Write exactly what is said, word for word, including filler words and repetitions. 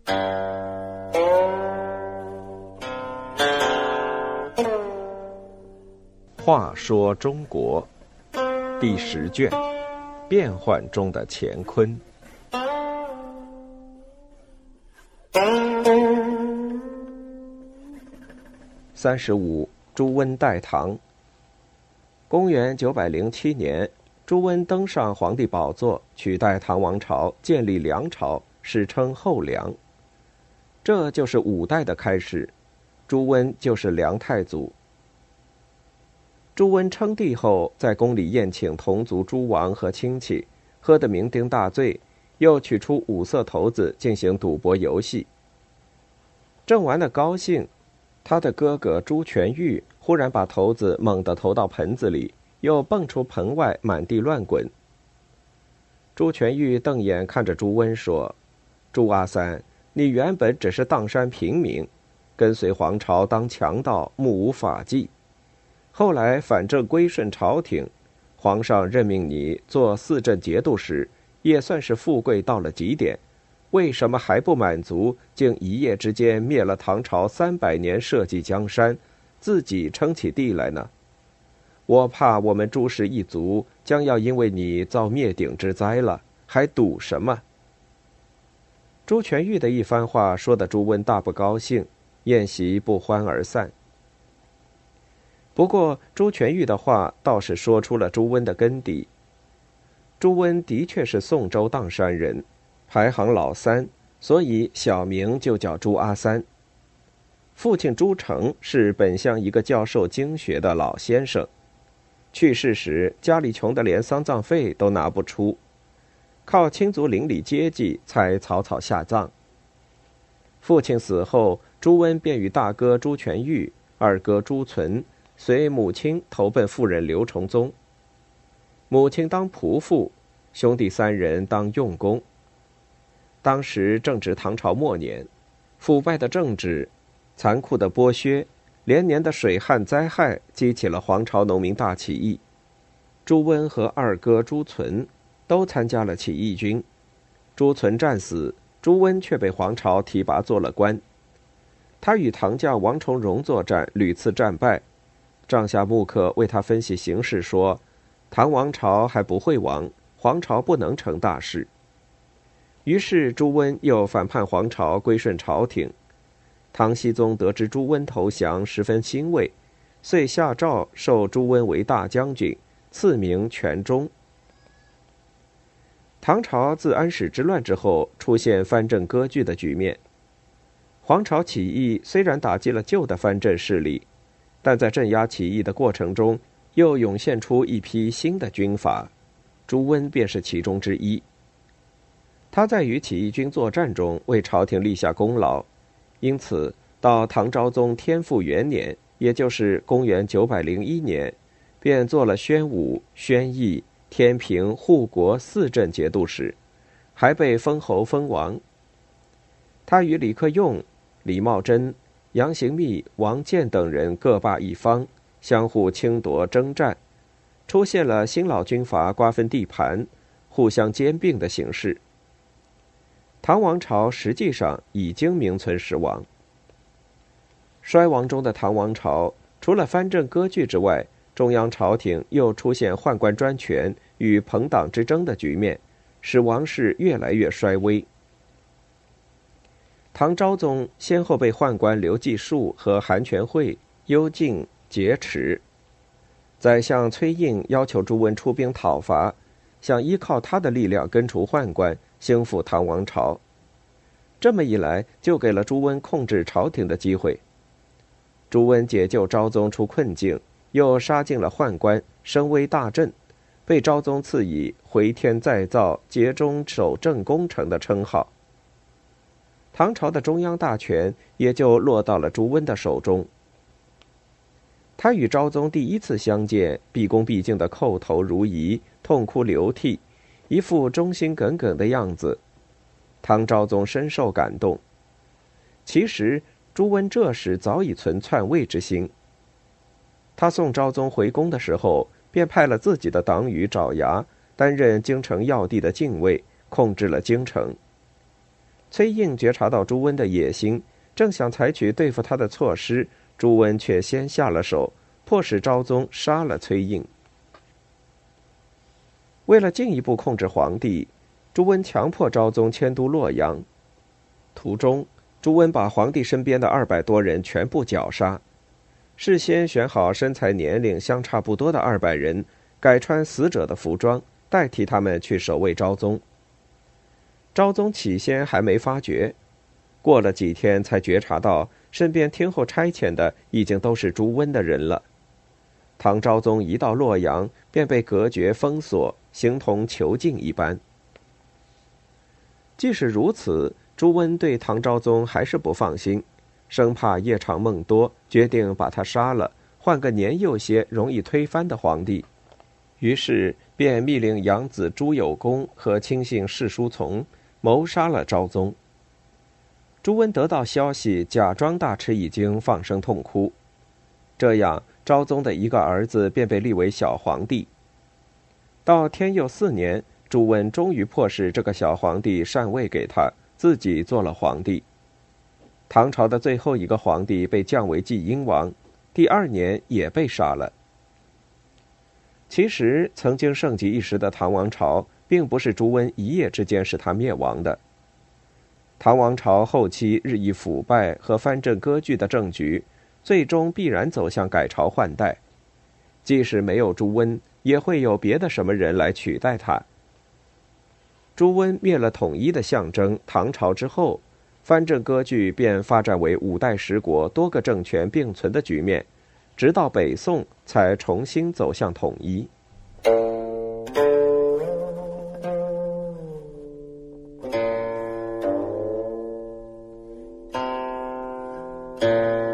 话说中国第十卷，变幻中的乾坤。三十五，朱温代唐。公元九百零七年，朱温登上皇帝宝座，取代唐王朝，建立梁朝，史称后梁。这就是五代的开始，朱温就是梁太祖。朱温称帝后，在宫里宴请同族诸王和亲戚，喝得酩酊大醉，又取出五色骰子进行赌博游戏。正玩得高兴，他的哥哥朱全玉忽然把骰子猛地投到盆子里，又蹦出盆外，满地乱滚。朱全玉瞪眼看着朱温说：“朱阿三，你原本只是砀山平民，跟随皇朝当强盗，目无法纪。后来反正归顺朝廷，皇上任命你做四镇节度使，也算是富贵到了极点。为什么还不满足，竟一夜之间灭了唐朝三百年社稷江山，自己撑起地来呢？我怕我们朱氏一族将要因为你遭灭顶之灾了，还赌什么？”朱全玉的一番话说得朱温大不高兴，宴席不欢而散。不过朱全玉的话倒是说出了朱温的根底。朱温的确是宋州砀山人，排行老三，所以小名就叫朱阿三。父亲朱成是本乡一个教授经学的老先生，去世时家里穷得连丧葬费都拿不出，靠亲族邻里接济才草草下葬。父亲死后，朱温便与大哥朱全玉、二哥朱存随母亲投奔妇人刘崇宗。母亲当仆妇，兄弟三人当用工。当时正值唐朝末年，腐败的政治、残酷的剥削、连年的水旱灾害激起了黄巢农民大起义。朱温和二哥朱存都参加了起义军，朱存战死，朱温却被黄巢提拔做了官。他与唐将王重荣作战，屡次战败。帐下幕客为他分析形势说，唐王朝还不会亡，黄巢不能成大事。于是朱温又反叛黄巢，归顺朝廷。唐僖宗得知朱温投降，十分欣慰，遂下诏授朱温为大将军，赐名全忠。唐朝自安史之乱之后，出现藩镇割据的局面。黄巢起义虽然打击了旧的藩镇势力，但在镇压起义的过程中，又涌现出一批新的军阀，朱温便是其中之一。他在与起义军作战中为朝廷立下功劳，因此到唐昭宗天复元年，也就是公元九百零一年，便做了宣武、宣义、天平、护国四镇节度使，还被封侯封王。他与李克用、李茂贞、杨行密、王建等人各霸一方，相互侵夺征战，出现了新老军阀瓜分地盘、互相兼并的形势。唐王朝实际上已经名存实亡。衰亡中的唐王朝，除了藩镇割据之外，中央朝廷又出现宦官专权与朋党之争的局面，使王室越来越衰微。唐昭宗先后被宦官刘继树和韩全诲幽禁劫持，宰相崔胤要求朱温出兵讨伐，想依靠他的力量根除宦官，兴复唐王朝。这么一来，就给了朱温控制朝廷的机会。朱温解救昭宗出困境，又杀尽了宦官，声威大振，被昭宗赐以回天再造、竭忠守正功臣的称号。唐朝的中央大权也就落到了朱温的手中。他与昭宗第一次相见，毕恭毕敬地叩头如仪，痛哭流涕，一副忠心耿耿的样子。唐昭宗深受感动。其实朱温这时早已存篡位之心。他送昭宗回宫的时候，便派了自己的党羽爪牙担任京城要地的禁卫，控制了京城。 崔胤觉察到朱温的野心，正想采取对付他的措施，朱温却先下了手，迫使昭宗杀了崔胤。为了进一步控制皇帝，朱温强迫昭宗迁都洛阳。途中，朱温把皇帝身边的二百多人全部绞杀，事先选好身材年龄相差不多的二百人，改穿死者的服装，代替他们去守卫昭宗。昭宗起先还没发觉，过了几天才觉察到身边听候差遣的已经都是朱温的人了。唐昭宗一到洛阳，便被隔绝封锁，形同囚禁一般。即使如此，朱温对唐昭宗还是不放心，生怕夜长梦多，决定把他杀了，换个年幼些、容易推翻的皇帝。于是便密令养子朱有功和亲信士叔从谋杀了昭宗。朱温得到消息，假装大吃一惊，放声痛哭。这样，昭宗的一个儿子便被立为小皇帝。到天佑四年，朱温终于迫使这个小皇帝禅位给他，自己做了皇帝。唐朝的最后一个皇帝被降为继英王，第二年也被杀了。其实，曾经盛极一时的唐王朝，并不是朱温一夜之间使他灭亡的。唐王朝后期日益腐败和藩镇割据的政局，最终必然走向改朝换代。即使没有朱温，也会有别的什么人来取代他。朱温灭了统一的象征唐朝之后，藩镇割据便发展为五代十国多个政权并存的局面，直到北宋才重新走向统一。 Thank you.